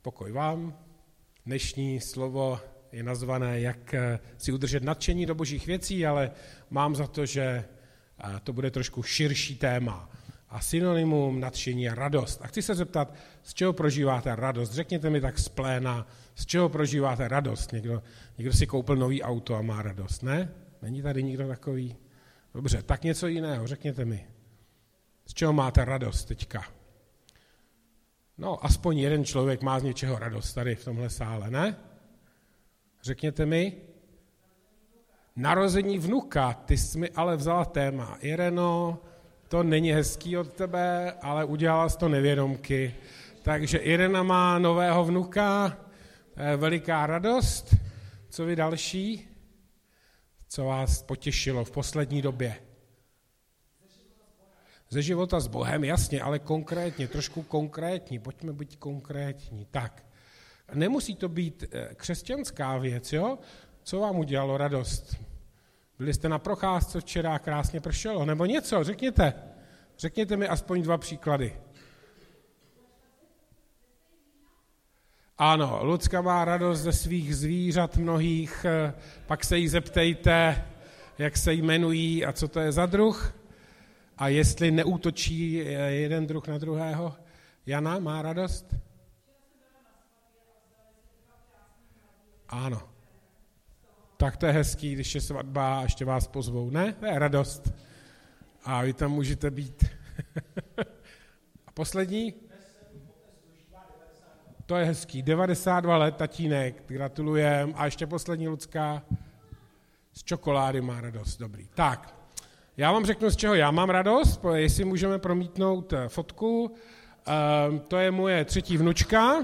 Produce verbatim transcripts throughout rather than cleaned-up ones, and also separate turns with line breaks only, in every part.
Pokoj vám. Dnešní slovo je nazvané Jak si udržet nadšení do božích věcí, ale mám za to, že to bude trošku širší téma. A synonymum nadšení je radost. A chci se zeptat, z čeho prožíváte radost? Řekněte mi tak z pléna, z čeho prožíváte radost? Někdo, někdo si koupil nový auto a má radost, ne? Není tady nikdo takový? Dobře, tak něco jiného, řekněte mi. Z čeho máte radost teďka? No, aspoň jeden člověk má z něčeho radost tady v tomhle sále, ne? Řekněte mi. Narození vnuka, ty jsi mi ale vzala téma. Ireno, to není hezký od tebe, ale udělala jsi to nevědomky. Takže Irena má nového vnuka, to je veliká radost. Co vy další? Co vás potěšilo v poslední době? Ze života s Bohem, jasně, ale konkrétně, trošku konkrétní, pojďme být konkrétní. Tak, nemusí to být křesťanská věc, jo? Co vám udělalo radost? Byli jste na procházce včera, krásně pršelo, nebo něco, řekněte. Řekněte mi aspoň dva příklady. Ano, Lucka má radost ze svých zvířat mnohých, pak se jí zeptejte, jak se jmenují a co to je za druh. A jestli neútočí jeden druh na druhého. Jana má radost? Ano. Tak to je hezký, když je svatba a ještě vás pozvou, ne? To je radost. A vy tam můžete být. A poslední? To je hezký. devadesát dva let, tatínek, gratulujem. A ještě poslední Lucka. Z čokolády má radost, dobrý. Tak. Já vám řeknu, z čeho já mám radost, jestli můžeme promítnout fotku. E, to je moje třetí vnučka.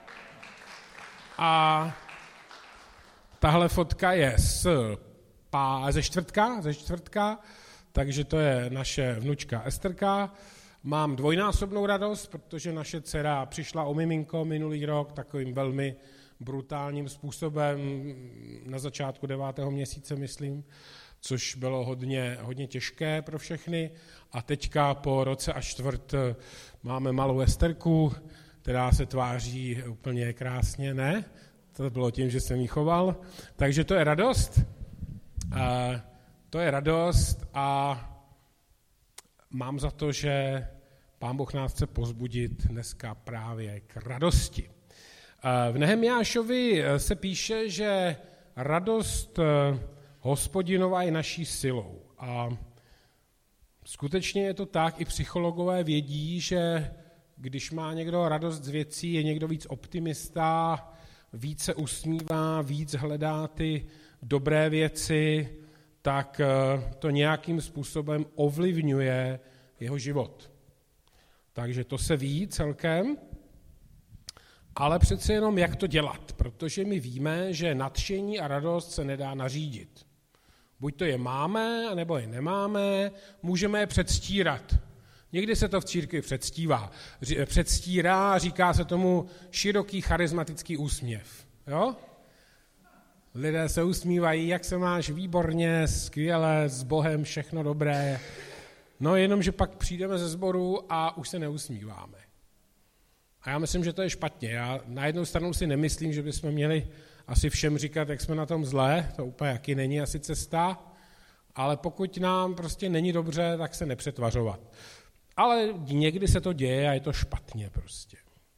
A tahle fotka je z pá, ze čtvrtka, ze čtvrtka, takže to je naše vnučka Esterka. Mám dvojnásobnou radost, protože naše dcera přišla o miminko minulý rok takovým velmi brutálním způsobem na začátku devátého měsíce, myslím, což bylo hodně, hodně těžké pro všechny. A teďka po roce a čtvrt máme malou Esterku, která se tváří úplně krásně, ne? To bylo tím, že jsem jí choval. Takže to je radost. A to je radost a mám za to, že Pán Boh nás chce povzbudit dneska právě k radosti. V Nehemiášovi se píše, že radost Hospodinová je naší silou. A skutečně je to tak, i psychologové vědí, že když má někdo radost z věcí, je někdo víc optimista, víc se usmívá, víc hledá ty dobré věci, tak to nějakým způsobem ovlivňuje jeho život. Takže to se ví celkem, ale přece jenom jak to dělat, protože my víme, že nadšení a radost se nedá nařídit. Buď to je máme, nebo je nemáme, můžeme je předstírat. Někdy se to v církvi předstívá. Předstírá, říká se tomu široký charismatický úsměv. Jo? Lidé se usmívají, jak se máš, výborně, skvěle, s Bohem, všechno dobré. No jenom, že pak přijdeme ze sboru a už se neusmíváme. A já myslím, že to je špatně. Já na jednu stranu si nemyslím, že bychom měli asi všem říkat, jak jsme na tom zlé, to úplně jaký není asi cesta, ale pokud nám prostě není dobře, tak se nepřetvařovat. Ale někdy se to děje a je to špatně prostě.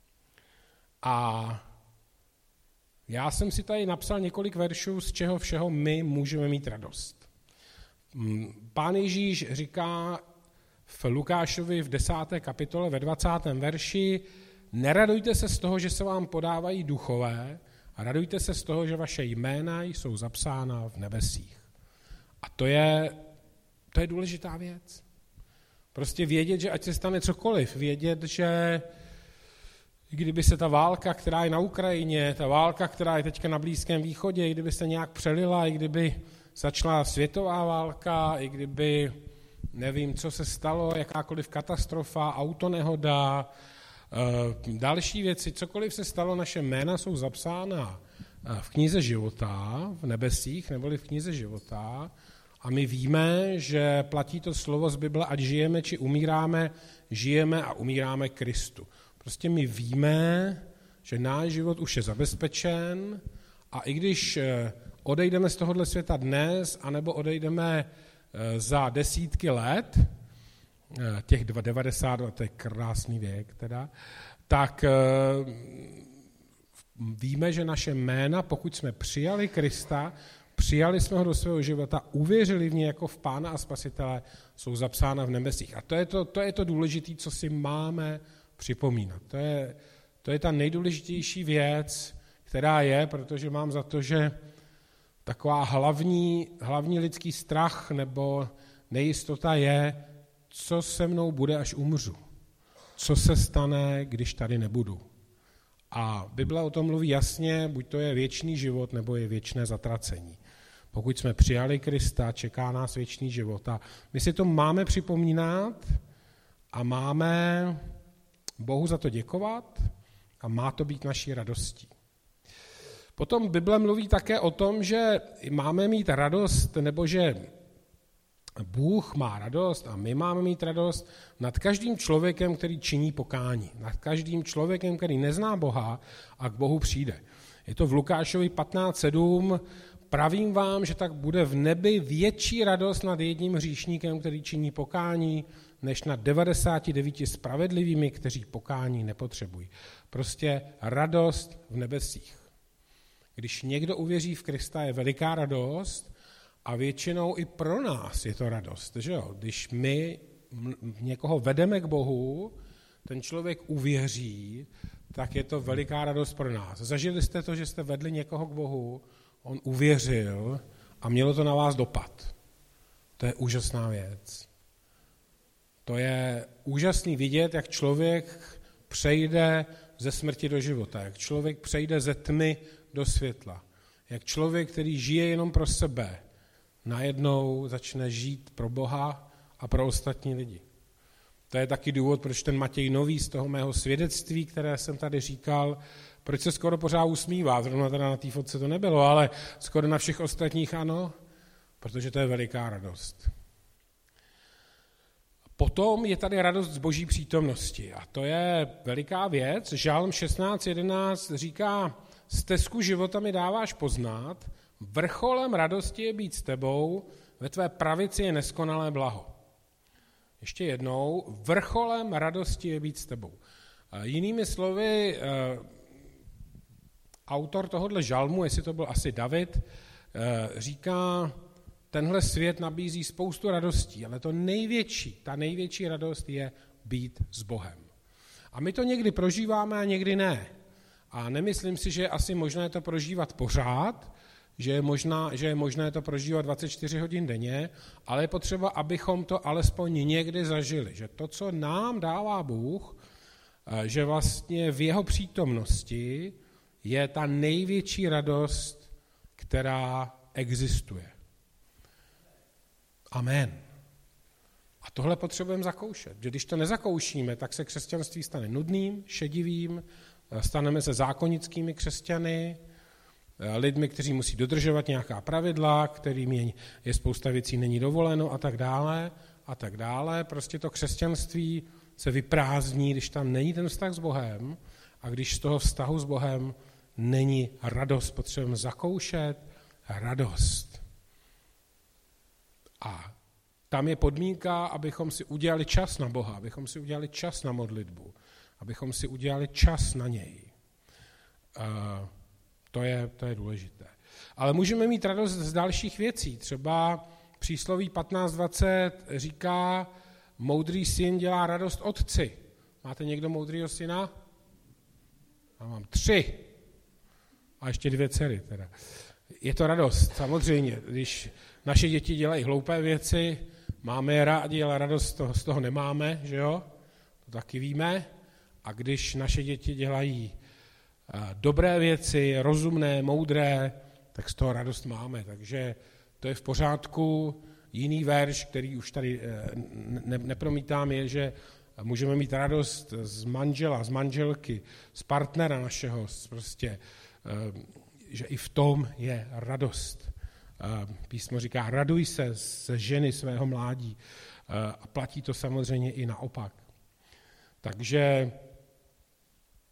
A já jsem si tady napsal několik veršů, z čeho všeho my můžeme mít radost. Pán Ježíš říká v Lukášovi v desáté kapitole ve dvacátém verši: neradujte se z toho, že se vám podávají duchové, a radujte se z toho, že vaše jména jsou zapsána v nebesích. A to je, to je důležitá věc. Prostě vědět, že ať se stane cokoliv, vědět, že kdyby se ta válka, která je na Ukrajině, ta válka, která je teďka na Blízkém východě, i kdyby se nějak přelila, i kdyby začala světová válka, i kdyby, nevím, co se stalo, jakákoliv katastrofa, autonehoda, další věci, cokoliv se stalo, naše jména jsou zapsána v knize života, v nebesích, neboli v knize života. A my víme, že platí to slovo z Bible, ať žijeme či umíráme, žijeme a umíráme Kristu. Prostě my víme, že náš život už je zabezpečen a i když odejdeme z tohohle světa dnes, anebo odejdeme za desítky let, těch devadesát, to je krásný věk teda, tak víme, že naše jména, pokud jsme přijali Krista, přijali jsme ho do svého života, uvěřili v něj jako v Pána a Spasitele, jsou zapsána v nebesích. A to je to, to, je to důležité, co si máme připomínat. To je, to je ta nejdůležitější věc, která je, protože mám za to, že taková hlavní, hlavní lidský strach nebo nejistota je, co se mnou bude, až umřu. Co se stane, když tady nebudu. A Bible o tom mluví jasně, buď to je věčný život, nebo je věčné zatracení. Pokud jsme přijali Krista, čeká nás věčný život. A my si to máme připomínat a máme Bohu za to děkovat a má to být naší radostí. Potom Bible mluví také o tom, že máme mít radost, nebo že Bůh má radost a my máme mít radost nad každým člověkem, který činí pokání. Nad každým člověkem, který nezná Boha a k Bohu přijde. Je to v Lukášovi patnáct sedm. Pravím vám, že tak bude v nebi větší radost nad jedním hříšníkem, který činí pokání, než nad devadesáti devíti spravedlivými, kteří pokání nepotřebují. Prostě radost v nebesích. Když někdo uvěří v Krista, je veliká radost a většinou i pro nás je to radost. Že jo? Když my někoho vedeme k Bohu, ten člověk uvěří, tak je to veliká radost pro nás. Zažili jste to, že jste vedli někoho k Bohu, on uvěřil a mělo to na vás dopad. To je úžasná věc. To je úžasný vidět, jak člověk přejde ze smrti do života, jak člověk přejde ze tmy do světla, jak člověk, který žije jenom pro sebe, najednou začne žít pro Boha a pro ostatní lidi. To je taky důvod, proč ten Matěj Nový z toho mého svědectví, které jsem tady říkal, proč se skoro pořád usmívá, zrovna teda na té fotce to nebylo, ale skoro na všech ostatních ano, protože to je veliká radost. Potom je tady radost z Boží přítomnosti a to je veliká věc. Žálm šestnáct jedenáct říká, stezku života mi dáváš poznat, vrcholem radosti je být s tebou, ve tvé pravici je neskonalé blaho. Ještě jednou, vrcholem radosti je být s tebou. Jinými slovy, autor tohohle žalmu, jestli to byl asi David, říká, tenhle svět nabízí spoustu radostí, ale to největší, ta největší radost je být s Bohem. A my to někdy prožíváme a někdy ne. A nemyslím si, že je asi možné to prožívat pořád, že je, možná, že je možné to prožívat dvacet čtyři hodin denně, ale je potřeba, abychom to alespoň někdy zažili. Že to, co nám dává Bůh, že vlastně v jeho přítomnosti je ta největší radost, která existuje. Amen. A tohle potřebujeme zakoušet. Že když to nezakoušíme, tak se křesťanství stane nudným, šedivým, staneme se zákonickými křesťany, lidmi, kteří musí dodržovat nějaká pravidla, kterým je, je spousta věcí není dovoleno a tak dále a tak dále. Prostě to křesťanství se vyprázdní, když tam není ten vztah s Bohem a když z toho vztahu s Bohem není radost. Potřebujeme zakoušet radost. A tam je podmínka, abychom si udělali čas na Boha, abychom si udělali čas na modlitbu, abychom si udělali čas na něj. Uh, to je, to je důležité. Ale můžeme mít radost z dalších věcí. Třeba přísloví patnáct dvacet říká, moudrý syn dělá radost otci. Máte někdo moudrýho syna? Já mám tři. A ještě dvě dcery teda. Je to radost, samozřejmě. Když naše děti dělají hloupé věci, máme je rádi, ale radost z toho, z toho nemáme, že jo? To taky víme. A když naše děti dělají dobré věci, rozumné, moudré, tak z toho radost máme. Takže to je v pořádku. Jiný verš, který už tady ne, nepromítám, je, že můžeme mít radost z manžela, z manželky, z partnera našeho, prostě, že i v tom je radost. Písmo říká, raduj se z ženy svého mládí. A platí to samozřejmě i naopak. Takže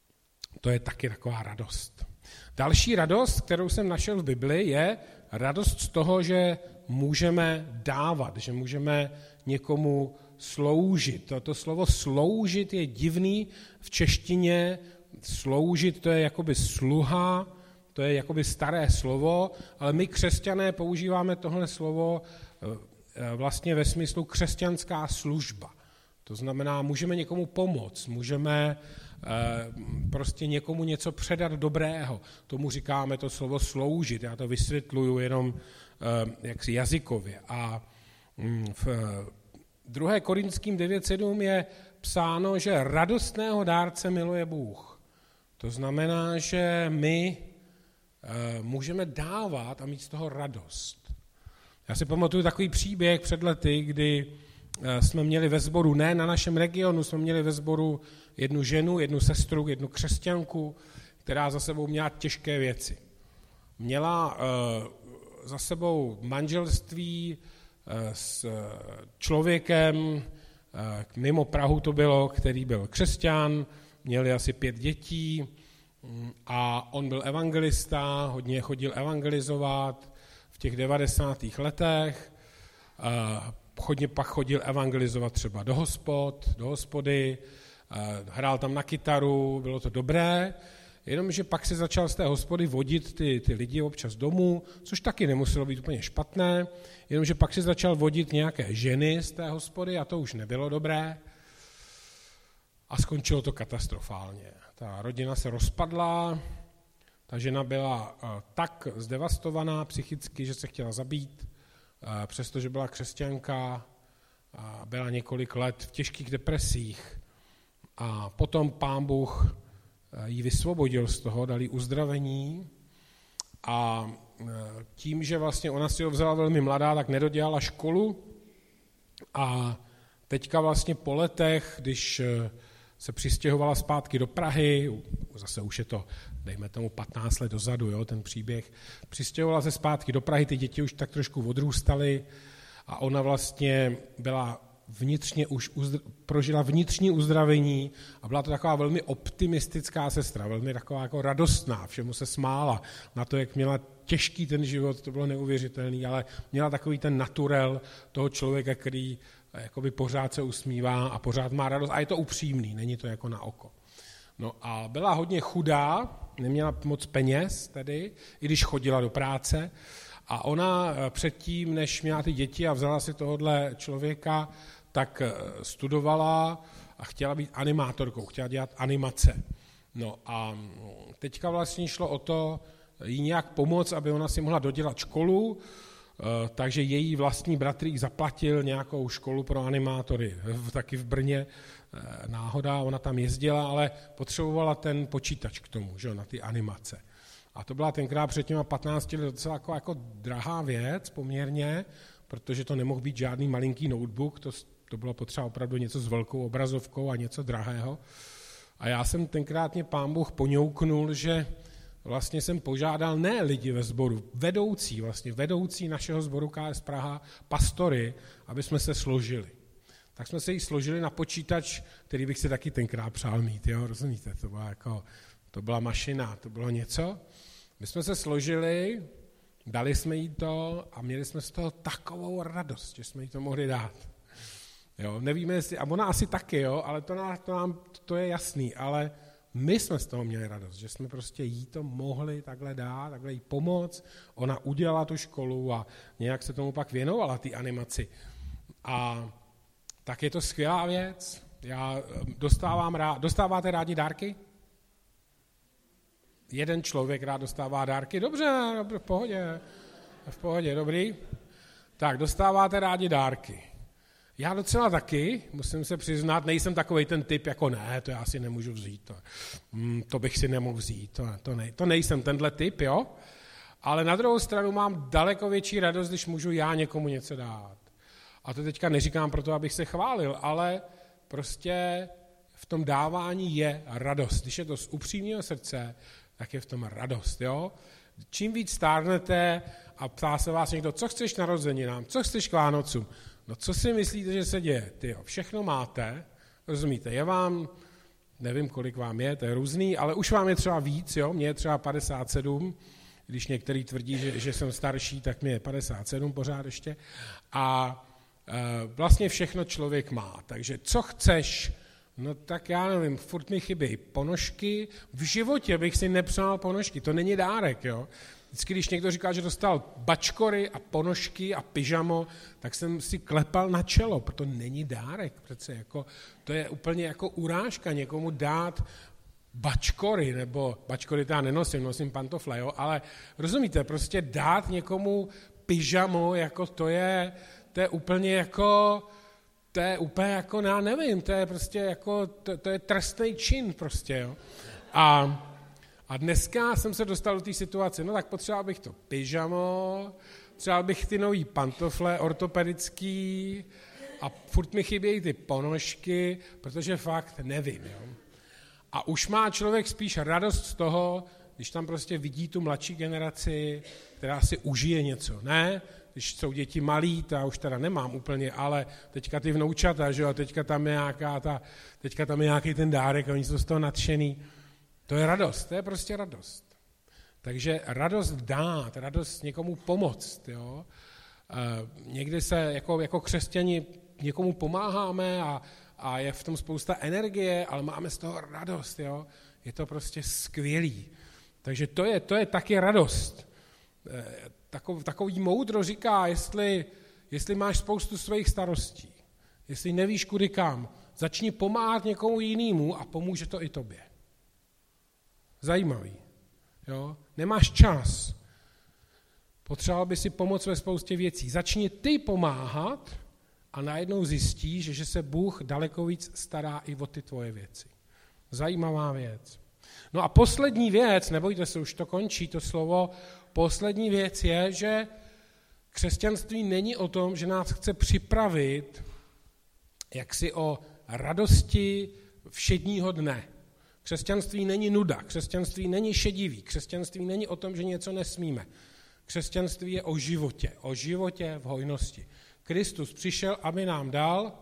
To je taky taková radost. Další radost, kterou jsem našel v Bibli, je radost z toho, že můžeme dávat, že můžeme někomu sloužit. Toto slovo sloužit je divný v češtině. Sloužit to je jakoby sluha, to je jakoby staré slovo, ale my křesťané používáme tohle slovo vlastně ve smyslu křesťanská služba. To znamená, můžeme někomu pomoct, můžeme prostě někomu něco předat dobrého. Tomu říkáme to slovo sloužit. Já to vysvětluju jenom jaksi jazykově. A v druhé Korinským devět sedm je psáno, že radostného dárce miluje Bůh. To znamená, že my můžeme dávat a mít z toho radost. Já si pamatuju takový příběh před lety, kdy jsme měli ve sboru, ne na našem regionu, jsme měli ve sboru jednu ženu, jednu sestru, jednu křesťanku, která za sebou měla těžké věci. Měla uh, za sebou manželství uh, s člověkem, uh, mimo Prahu to bylo, který byl křesťan, měli asi pět dětí um, a on byl evangelista, hodně chodil evangelizovat v těch devadesátých letech, uh, hodně pak chodil evangelizovat třeba do hospod, do hospody, hrál tam na kytaru, bylo to dobré, jenomže pak se začal z té hospody vodit ty, ty lidi občas domů, což taky nemuselo být úplně špatné, jenomže pak se začal vodit nějaké ženy z té hospody a to už nebylo dobré a skončilo to katastrofálně. Ta rodina se rozpadla, ta žena byla tak zdevastovaná psychicky, že se chtěla zabít, přestože byla křesťanka, byla několik let v těžkých depresích a potom Pán Bůh ji vysvobodil z toho, dal jí uzdravení a tím, že vlastně ona si ho vzala velmi mladá, tak nedodělala školu a teďka vlastně po letech, když se přistěhovala zpátky do Prahy, zase už je to, dejme tomu patnáct let dozadu, jo, ten příběh, přistěhovala se zpátky do Prahy, ty děti už tak trošku odrůstaly a ona vlastně byla vnitřně už uzdr- prožila vnitřní uzdravení a byla to taková velmi optimistická sestra, velmi taková jako radostná, všemu se smála na to, jak měla těžký ten život, to bylo neuvěřitelný, ale měla takový ten naturel toho člověka, který jakoby pořád se usmívá a pořád má radost a je to upřímný, není to jako na oko. No a byla hodně chudá, neměla moc peněz tedy, i když chodila do práce a ona předtím, než měla ty děti a vzala si tohodle člověka, tak studovala a chtěla být animátorkou, chtěla dělat animace. No a teďka vlastně šlo o to jí nějak pomoct, aby ona si mohla dodělat školu, takže její vlastní bratr jí zaplatil nějakou školu pro animátory, taky v Brně, náhoda, ona tam jezdila, ale potřebovala ten počítač k tomu, že, na ty animace. A to byla tenkrát před těma patnácti let docela jako, jako drahá věc poměrně, protože to nemohl být žádný malinký notebook, to, to bylo potřeba opravdu něco s velkou obrazovkou a něco drahého. A já jsem tenkrát mě Pán Bůh poňouknul, že vlastně jsem požádal ne lidi ve sboru, vedoucí, vlastně vedoucí našeho sboru K S Praha, pastory, aby jsme se složili. Tak jsme se jí složili na počítač, který bych si taky tenkrát přál mít, jo, rozumíte, to byla jako, to byla mašina, to bylo něco. My jsme se složili, dali jsme jí to a měli jsme z toho takovou radost, že jsme jí to mohli dát. Jo, nevíme, jestli, a ona asi taky, jo, ale to, nám, to, nám, to je jasný, ale my jsme z toho měli radost, že jsme prostě jí to mohli takhle dát, takhle jí pomoct, ona udělala tu školu a nějak se tomu pak věnovala, ty animaci. A tak je to skvělá věc. Já dostávám rád, dostáváte rádi dárky? Jeden člověk rád dostává dárky? Dobře, dobře, v pohodě, v pohodě, dobrý. Tak, dostáváte rádi dárky. Já docela taky, musím se přiznat, nejsem takovej ten typ, jako ne, to já si nemůžu vzít, to, mm, to bych si nemohl vzít, to, to, ne, to nejsem tenhle typ, jo, ale na druhou stranu mám daleko větší radost, když můžu já někomu něco dát. A to teďka neříkám proto, abych se chválil, ale prostě v tom dávání je radost. Když je to z upřímného srdce, tak je v tom radost, jo. Čím víc stárnete a ptá se vás někdo, co chceš narozeninám, co chceš k Vánocům, no co si myslíte, že se děje? Tyjo, všechno máte, rozumíte, je vám nevím, kolik vám je, to je různý, ale už vám je třeba víc, jo, mně je třeba padesát sedm, když některý tvrdí, že, že jsem starší, tak mě je padesát sedm pořád ještě. A e, vlastně všechno člověk má, takže co chceš, no tak já nevím, furt mi chybí ponožky, v životě bych si nepřál ponožky, to není dárek, jo. Vždycky, když někdo říká, že dostal bačkory a ponožky a pyžamo, tak jsem si klepal na čelo, protože to není dárek. Přece jako, to je úplně jako urážka někomu dát bačkory, nebo bačkory to já nenosím, nosím pantofle, jo, ale rozumíte, prostě dát někomu pyžamo, jako to je, to je úplně jako, to je úplně jako, já nevím, to je prostě jako, to, to je trestný čin prostě, jo. A A dneska jsem se dostal do té situace, no tak potřeboval bych to pyžamo, potřeboval bych ty nový pantofle ortopedický a furt mi chybějí ty ponožky, protože fakt nevím. Jo. A už má člověk spíš radost z toho, když tam prostě vidí tu mladší generaci, která si užije něco. Ne, když jsou děti malí, to já už teda nemám úplně, ale teďka ty vnoučata, že jo, teďka tam je nějaká ta, teďka tam je nějaký ten dárek a oni jsou z toho nadšený. To je radost, to je prostě radost. Takže radost dát, radost někomu pomoct. Jo? Někdy se jako, jako křesťani někomu pomáháme a, a je v tom spousta energie, ale máme z toho radost. Jo? Je to prostě skvělý. Takže to je, to je taky radost. Takov, takový moudro říká, jestli, jestli máš spoustu svých starostí, jestli nevíš kudy kam, začni pomáhat někomu jinému a pomůže to i tobě. Zajímavý. Jo? Nemáš čas. Potřeboval by si pomoct ve spoustě věcí. Začni ty pomáhat a najednou zjistíš, že se Bůh daleko víc stará i o ty tvoje věci. Zajímavá věc. No a poslední věc, nebojte se, už to končí, to slovo, poslední věc je, že křesťanství není o tom, že nás chce připravit jaksi o radosti všedního dne. Křesťanství není nuda, křesťanství není šedivý, křesťanství není o tom, že něco nesmíme. Křesťanství je o životě, o životě v hojnosti. Kristus přišel, aby nám dal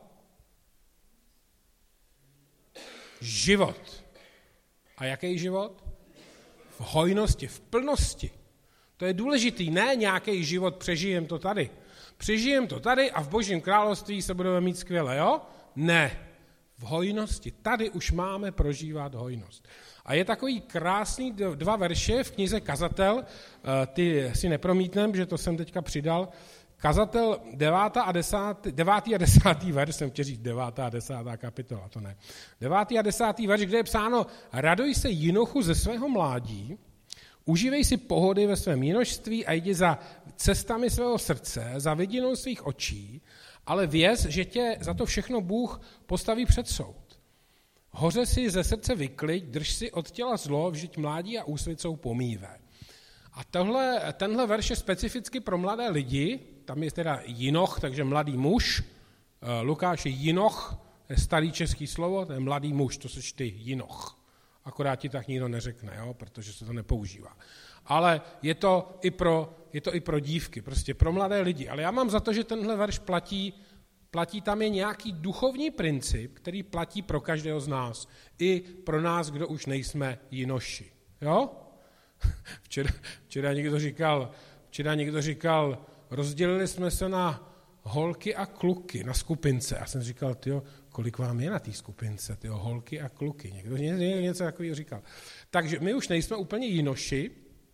život. A jaký život? V hojnosti, v plnosti. To je důležitý, ne nějaký život, přežijem to tady. Přežijem to tady a v Božím království se budeme mít skvěle, jo? Ne. V hojnosti. Tady už máme prožívat hojnost. A je takový krásný dva verše v knize Kazatel, ty si nepromítnem, že to jsem teďka přidal. Kazatel devátý a desátý, devátý a desátý verš, jsem chtěl říct devátá a desátá kapitola, to ne. Devátý a desátý verš, kde je psáno: Raduj se jinochu ze svého mládí, užívej si pohody ve svém jinožství a jdi za cestami svého srdce, za vidinou svých očí, ale věz, že tě za to všechno Bůh postaví před soud. Hoře si ze srdce vykliď, drž si od těla zlo, vždyť mládí a úsvit jsou pomívé. A tohle, tenhle verš je specificky pro mladé lidi, tam je teda jinoch, takže mladý muž, Lukáš je jinoch, je starý český slovo, to je mladý muž, to jsi ty jinoch. Akorát ti tak nikdo neřekne, jo, protože se to nepoužívá. Ale je to, i pro, je to i pro dívky, prostě pro mladé lidi. Ale já mám za to, že tenhle verš platí, platí tam je nějaký duchovní princip, který platí pro každého z nás. I pro nás, kdo už nejsme jinoši. Jo? Včera, včera, někdo říkal, včera někdo říkal, rozdělili jsme se na holky a kluky, na skupince. Já jsem říkal, tyjo, kolik vám je na té skupince, tyjo, holky a kluky. Někdo něco takového říkal. Takže my už nejsme úplně jinoši.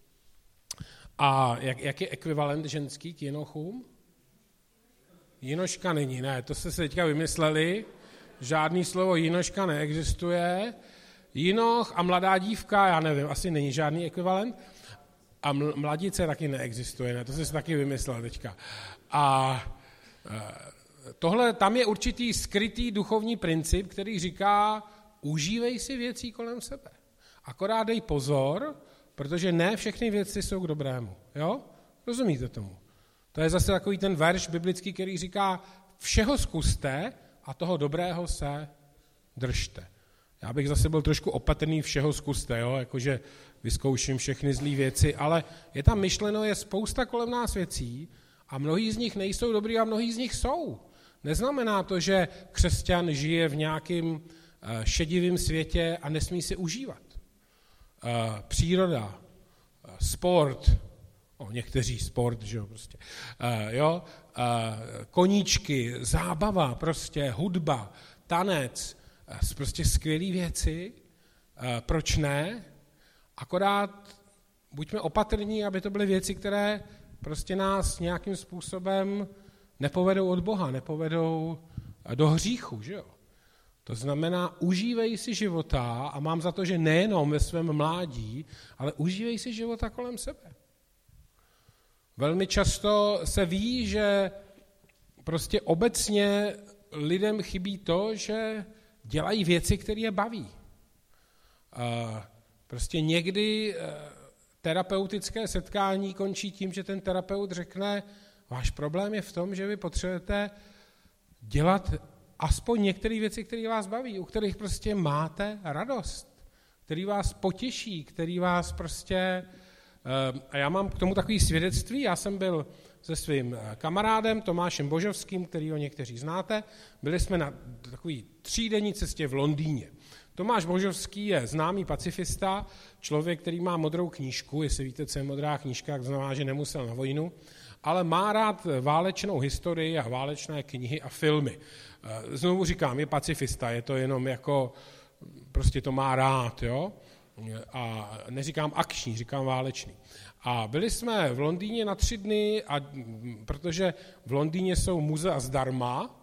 A jak, jak je ekvivalent ženský k jinochům? Jinoška není, ne, to jste se teďka vymysleli. Žádný slovo jinoška neexistuje. Jinoch a mladá dívka, já nevím, asi není žádný ekvivalent. A mladice taky neexistuje, ne, to jste si taky vymyslel teďka. A tohle, tam je určitý skrytý duchovní princip, který říká, užívej si věcí kolem sebe. Akorát dej pozor, protože ne všechny věci jsou k dobrému. Jo? Rozumíte tomu? To je zase takový ten verš biblický, který říká, všeho zkuste a toho dobrého se držte. Já bych zase byl trošku opatrný, všeho zkuste, jo? Jakože vyzkouším všechny zlý věci, ale je tam myšleno, je spousta kolem nás věcí a mnohý z nich nejsou dobrý a mnohý z nich jsou. Neznamená to, že křesťan žije v nějakým šedivém světě a nesmí si užívat. Příroda, sport, o, někteří sport, že jo, prostě, jo, koníčky, zábava, prostě hudba, tanec, prostě skvělé věci, proč ne? Akorát buďme opatrní, aby to byly věci, které prostě nás nějakým způsobem nepovedou od Boha, nepovedou do hříchu, že jo? To znamená, užívej si života a mám za to, že nejenom ve svém mládí, ale užívej si života kolem sebe. Velmi často se ví, že prostě obecně lidem chybí to, že dělají věci, které je baví. Prostě někdy terapeutické setkání končí tím, že ten terapeut řekne, váš problém je v tom, že vy potřebujete dělat aspoň některé věci, které vás baví, u kterých prostě máte radost, který vás potěší, který vás prostě... A já mám k tomu takové svědectví, já jsem byl se svým kamarádem Tomášem Božovským, kterýho někteří znáte, byli jsme na takové třídenní cestě v Londýně. Tomáš Božovský je známý pacifista, člověk, který má modrou knížku, jestli víte, co je modrá knížka, to znamená, že nemusel na vojnu, ale má rád válečnou historii a válečné knihy a filmy. Znovu říkám, je pacifista, je to jenom jako, prostě to má rád, jo? A neříkám akční, říkám válečný. A byli jsme v Londýně na tři dny, a, protože v Londýně jsou muzea zdarma,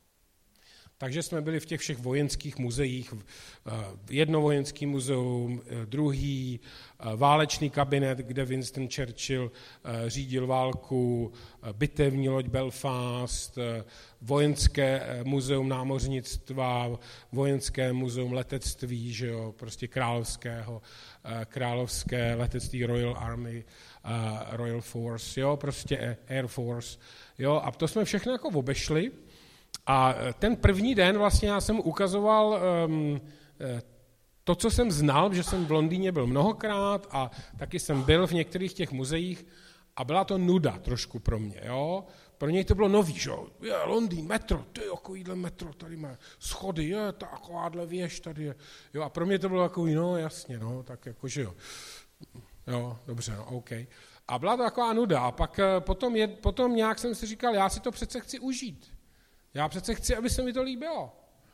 takže jsme byli v těch všech vojenských muzeích, jedno vojenský muzeum, druhý, válečný kabinet, kde Winston Churchill řídil válku, bitevní loď Belfast, vojenské muzeum námořnictva, vojenské muzeum letectví, že jo, prostě královského, královské letectví Royal Army, Royal Force, jo, prostě Air Force, jo, a to jsme všechno jako obešli. A ten první den vlastně já jsem ukazoval um, to, co jsem znal, že jsem v Londýně byl mnohokrát a taky jsem byl v některých těch muzeích a byla to nuda trošku pro mě, jo. Pro něj to bylo nový, že jo, je Londýn, metro, ty takovýhle metro, tady má schody, je takováhle věž tady je, jo, a pro mě to bylo takový, no jasně, no, tak jakože jo, jo, dobře, no, OK. A byla to taková nuda a pak potom, je, potom nějak jsem si říkal, já si to přece chci užít. Já přece chci, aby se mi to líbilo.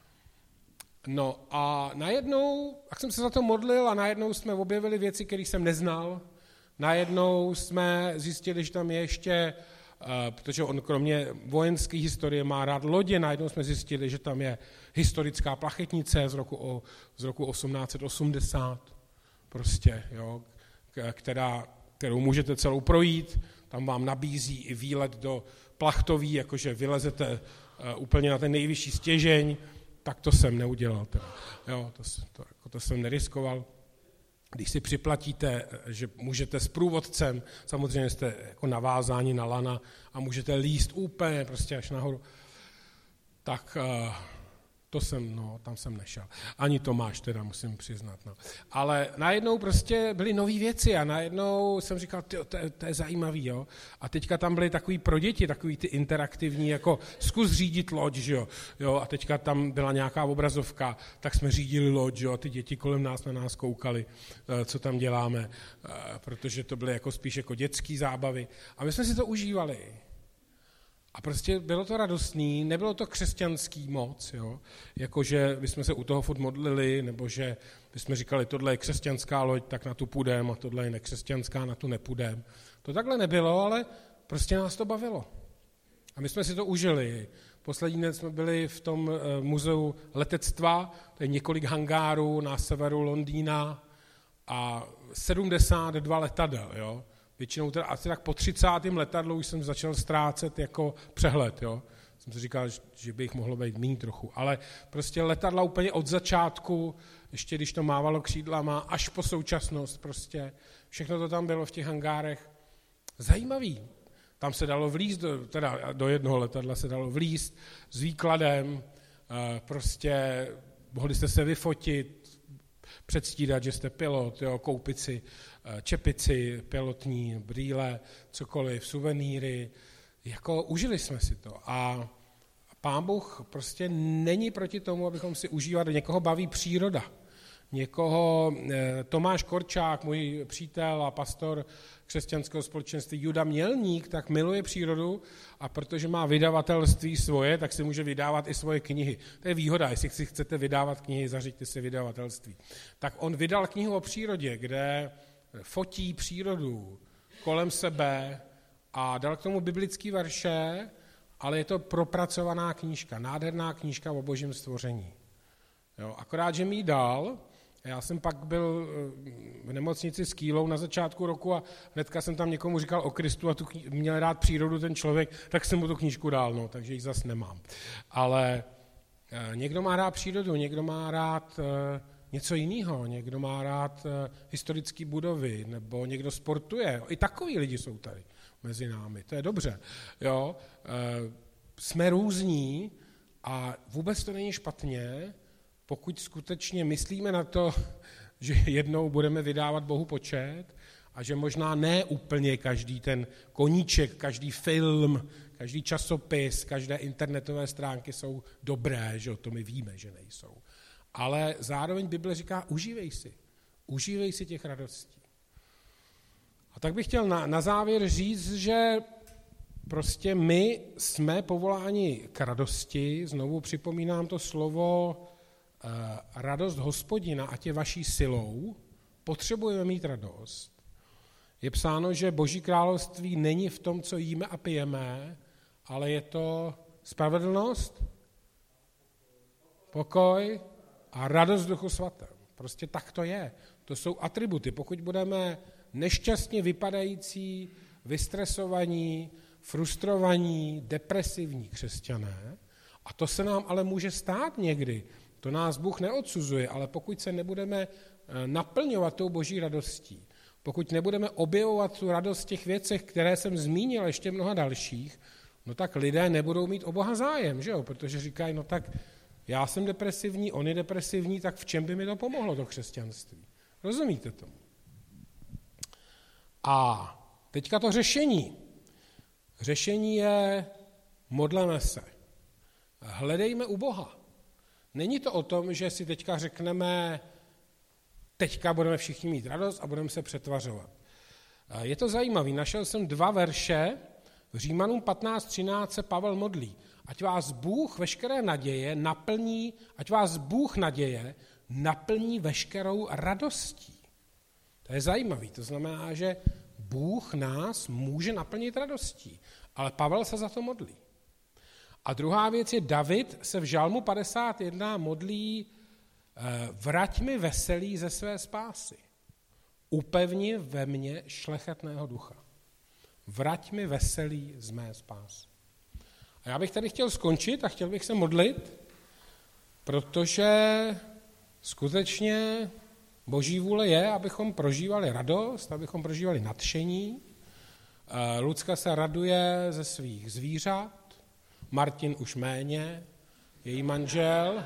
No a najednou, tak jsem se za to modlil a najednou jsme objevili věci, které jsem neznal. Najednou jsme zjistili, že tam je ještě, uh, protože on kromě vojenské historie má rád lodě, najednou jsme zjistili, že tam je historická plachetnice z roku, o, z roku osmnáct set osmdesát, prostě, jo, která, kterou můžete celou projít, tam vám nabízí i výlet do Plachtoví, jakože vylezete úplně na ten nejvyšší stěžeň, tak to jsem neudělal. Teda. Jo, to, to, jako to jsem neriskoval. Když si připlatíte, že můžete s průvodcem, samozřejmě jste jako navázáni na lana a můžete líst úplně prostě až nahoru, tak uh, to jsem, no, tam jsem nešel. Ani Tomáš teda, musím přiznat. No. Ale najednou prostě byly nové věci a najednou jsem říkal, tyjo, to, je, to je zajímavý, jo. A teďka tam byly takový pro děti, takový ty interaktivní, jako zkus řídit loď, že jo. jo. A teďka tam byla nějaká obrazovka, tak jsme řídili loď, že jo. Ty děti kolem nás na nás koukali, co tam děláme, protože to byly jako spíš jako dětský zábavy. A my jsme si to užívali. A prostě bylo to radostný, nebylo to křesťanský moc, jo? Jakože bychom se u toho furt modlili, nebo že bychom říkali, tohle je křesťanská loď, tak na tu půjdem, a tohle je nekřesťanská, na tu nepůjdem. To takhle nebylo, ale prostě nás to bavilo. A my jsme si to užili. Poslední den jsme byli v tom muzeu letectva, to je několik hangárů na severu Londýna a sedmdesát dva letadel, jo? Většinou teda, asi tak po třicátém letadlu už jsem začal ztrácet jako přehled, jo. Jsem si říkal, že by jich mohlo být méně trochu, ale prostě letadla úplně od začátku, ještě když to mávalo křídlama, až po současnost prostě, všechno to tam bylo v těch hangárech. Zajímavý. Tam se dalo vlízt, do, teda do jednoho letadla se dalo vlízt s výkladem, prostě mohli jste se vyfotit, předstírat, že jste pilot, jo, koupit si čepici, pilotní, brýle, cokoliv, suvenýry, jako užili jsme si to. A Pán Bůh prostě není proti tomu, abychom si užívali. Někoho baví příroda. Někoho, Tomáš Korčák, můj přítel a pastor křesťanského společenství Juda Mělník, tak miluje přírodu a protože má vydavatelství svoje, tak si může vydávat i svoje knihy. To je výhoda, jestli si chcete vydávat knihy, zařiďte si vydavatelství. Tak on vydal knihu o přírodě, kde fotí přírodu kolem sebe a dal k tomu biblický verše, ale je to propracovaná knížka, nádherná knížka o božím stvoření. Jo, akorát, že mi ji dal. Já jsem pak byl v nemocnici s kýlou na začátku roku a hnedka jsem tam někomu říkal o Kristu a tu kni- měl rád přírodu ten člověk, tak jsem mu tu knížku dal, no, takže ji zas nemám. Ale e, někdo má rád přírodu, někdo má rád e, něco jiného, někdo má rád e, historické budovy, nebo někdo sportuje. I takový lidi jsou tady mezi námi, to je dobře. Jo? E, jsme různí a vůbec to není špatně, pokud skutečně myslíme na to, že jednou budeme vydávat Bohu počet a že možná ne úplně každý ten koníček, každý film, každý časopis, každé internetové stránky jsou dobré, že to my víme, že nejsou. Ale zároveň Bible říká, užívej si, užívej si těch radostí. A tak bych chtěl na, na závěr říct, že prostě my jsme povoláni k radosti, znovu připomínám to slovo, radost Hospodina, ať je vaší silou, potřebujeme mít radost. Je psáno, že Boží království není v tom, co jíme a pijeme, ale je to spravedlnost, pokoj a radost v Duchu Svatém. Prostě tak to je. To jsou atributy. Pokud budeme nešťastně vypadající, vystresovaní, frustrovaní, depresivní křesťané, a to se nám ale může stát někdy, to nás Bůh neodsuzuje, ale pokud se nebudeme naplňovat tou boží radostí, pokud nebudeme objevovat tu radost v těch věcech, které jsem zmínil, ještě mnoha dalších, no tak lidé nebudou mít o Boha zájem, že jo? Protože říkají, no tak já jsem depresivní, on je depresivní, tak v čem by mi to pomohlo, to křesťanství? Rozumíte tomu? A teďka to řešení. Řešení je modleme se. Hledejme u Boha. Není to o tom, že si teďka řekneme, teďka budeme všichni mít radost a budeme se přetvařovat. Je to zajímavé. Našel jsem dva verše, v Římanům patnáct třináct se Pavel modlí. Ať vás Bůh veškeré naděje naplní, ať vás Bůh naděje naplní veškerou radostí. To je zajímavé. To znamená, že Bůh nás může naplnit radostí. Ale Pavel se za to modlí. A druhá věc je, David se v Žalmu padesát jedna modlí, vrať mi veselí ze své spásy. Upevni ve mně šlechetného ducha. Vrať mi veselí z mé spásy. A já bych tady chtěl skončit a chtěl bych se modlit, protože skutečně Boží vůle je, abychom prožívali radost, abychom prožívali nadšení. Lucka se raduje ze svých zvířat, Martin už méně, její manžel.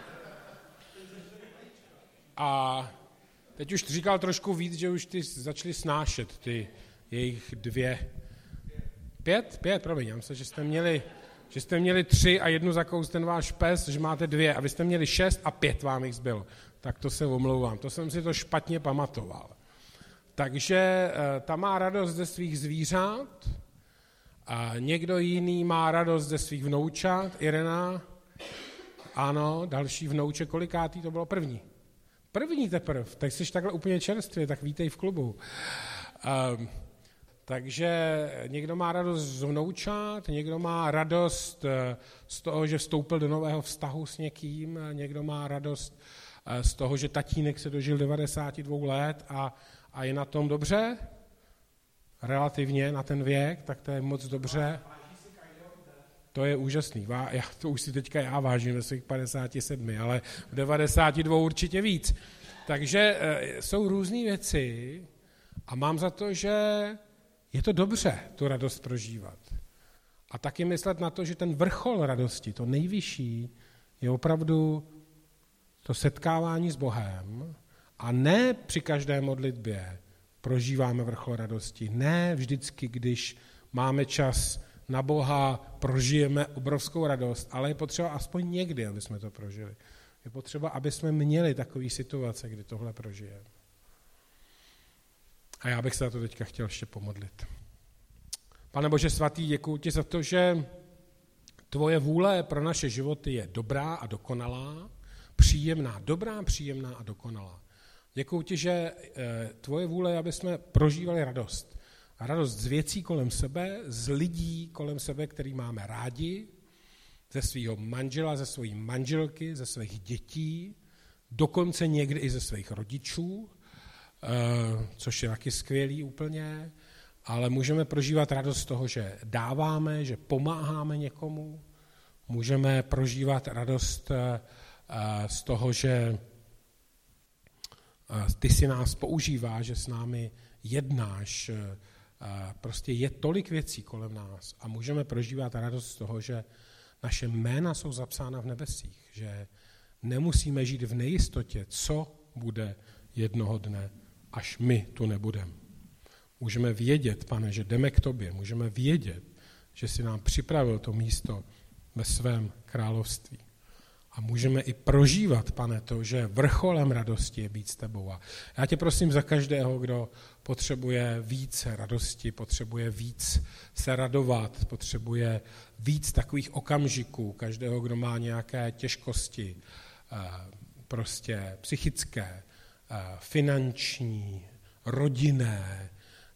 A teď už říkal trošku víc, že už ty začali snášet ty jejich dvě. Pět? Pět, promiň, já myslím, že jste měli, že jste měli tři a jednu zakous ten váš pes, že máte dvě a vy jste měli šest a pět vám jich zbylo. Tak to se omlouvám, to jsem si to špatně pamatoval. Takže ta má radost ze svých zvířat, a někdo jiný má radost ze svých vnoučat, Irena, ano, další vnouče, kolikátý to bylo? První. První teprve, tak jsi takhle úplně čerstvě, tak vítej v klubu. Um, takže někdo má radost z vnoučat, někdo má radost z toho, že vstoupil do nového vztahu s někým, někdo má radost z toho, že tatínek se dožil devadesát dva let a, a je na tom dobře, relativně na ten věk, tak to je moc dobře. To je úžasný. Já, to už si teďka já vážím ve svých padesáti sedmi, ale v devadesáti dvou určitě víc. Takže e, jsou různé věci a mám za to, že je to dobře tu radost prožívat. A taky myslet na to, že ten vrchol radosti, to nejvyšší, je opravdu to setkávání s Bohem a ne při každé modlitbě prožíváme vrchol radosti. Ne vždycky, když máme čas na Boha prožijeme obrovskou radost, ale je potřeba aspoň někdy, aby jsme to prožili. Je potřeba, aby jsme měli takové situace, kdy tohle prožijeme. A já bych se za to teďka chtěl ještě pomodlit. Pane Bože svatý, děkuji ti za to, že tvoje vůle pro naše životy je dobrá a dokonalá, příjemná, dobrá, příjemná a dokonalá. Děkuji ti, že tvoje vůle je, aby jsme prožívali radost. A radost z věcí kolem sebe, z lidí kolem sebe, který máme rádi, ze svého manžela, ze své manželky, ze svých dětí, dokonce někdy i ze svých rodičů, což je taky skvělý úplně, ale můžeme prožívat radost z toho, že dáváme, že pomáháme někomu, můžeme prožívat radost z toho, že ty si nás používáš, že s námi jednáš, prostě je tolik věcí kolem nás a můžeme prožívat radost z toho, že naše jména jsou zapsána v nebesích, že nemusíme žít v nejistotě, co bude jednoho dne, až my tu nebudeme. Můžeme vědět, Pane, že jdeme k tobě, můžeme vědět, že jsi nám připravil to místo ve svém království. A můžeme i prožívat, Pane, to, že vrcholem radosti je být s tebou. A já tě prosím za každého, kdo potřebuje více radosti, potřebuje víc se radovat, potřebuje víc takových okamžiků, každého, kdo má nějaké těžkosti, prostě psychické, finanční, rodinné,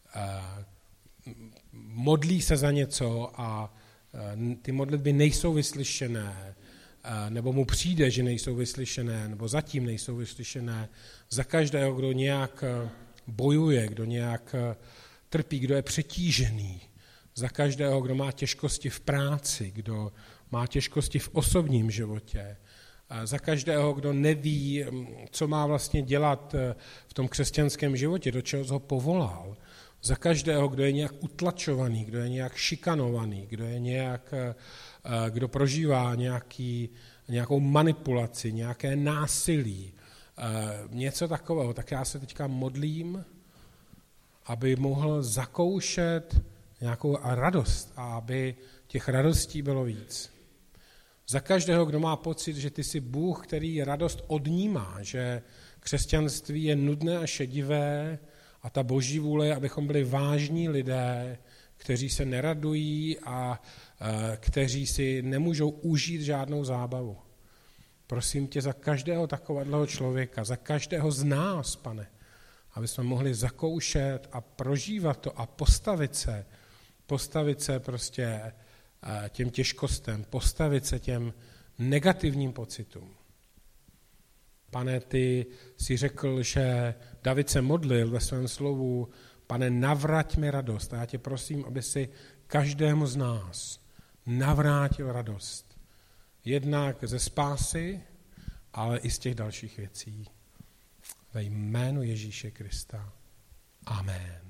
modlí se za něco a ty modlitby nejsou vyslyšené, nebo mu přijde, že nejsou vyslyšené, nebo zatím nejsou vyslyšené, za každého, kdo nějak bojuje, kdo nějak trpí, kdo je přetížený, za každého, kdo má těžkosti v práci, kdo má těžkosti v osobním životě, za každého, kdo neví, co má vlastně dělat v tom křesťanském životě, do čeho ho povolal, za každého, kdo je nějak utlačovaný, kdo je nějak šikanovaný, kdo je nějak, kdo prožívá nějaký, nějakou manipulaci, nějaké násilí, něco takového, tak já se teďka modlím, aby mohl zakoušet nějakou radost a aby těch radostí bylo víc. Za každého, kdo má pocit, že ty jsi Bůh, který radost odnímá, že křesťanství je nudné a šedivé a ta boží vůle je, abychom byli vážní lidé, kteří se neradují a kteří si nemůžou užít žádnou zábavu. Prosím tě za každého takového člověka, za každého z nás, Pane, aby jsme mohli zakoušet a prožívat to a postavit se, postavit se prostě těm těžkostem, postavit se těm negativním pocitům. Pane, ty jsi řekl, že David se modlil ve svém slovu, Pane, navrať mi radost. A já tě prosím, aby si každému z nás navrátil radost. Jednak ze spásy, ale i z těch dalších věcí. Ve jménu Ježíše Krista. Amen.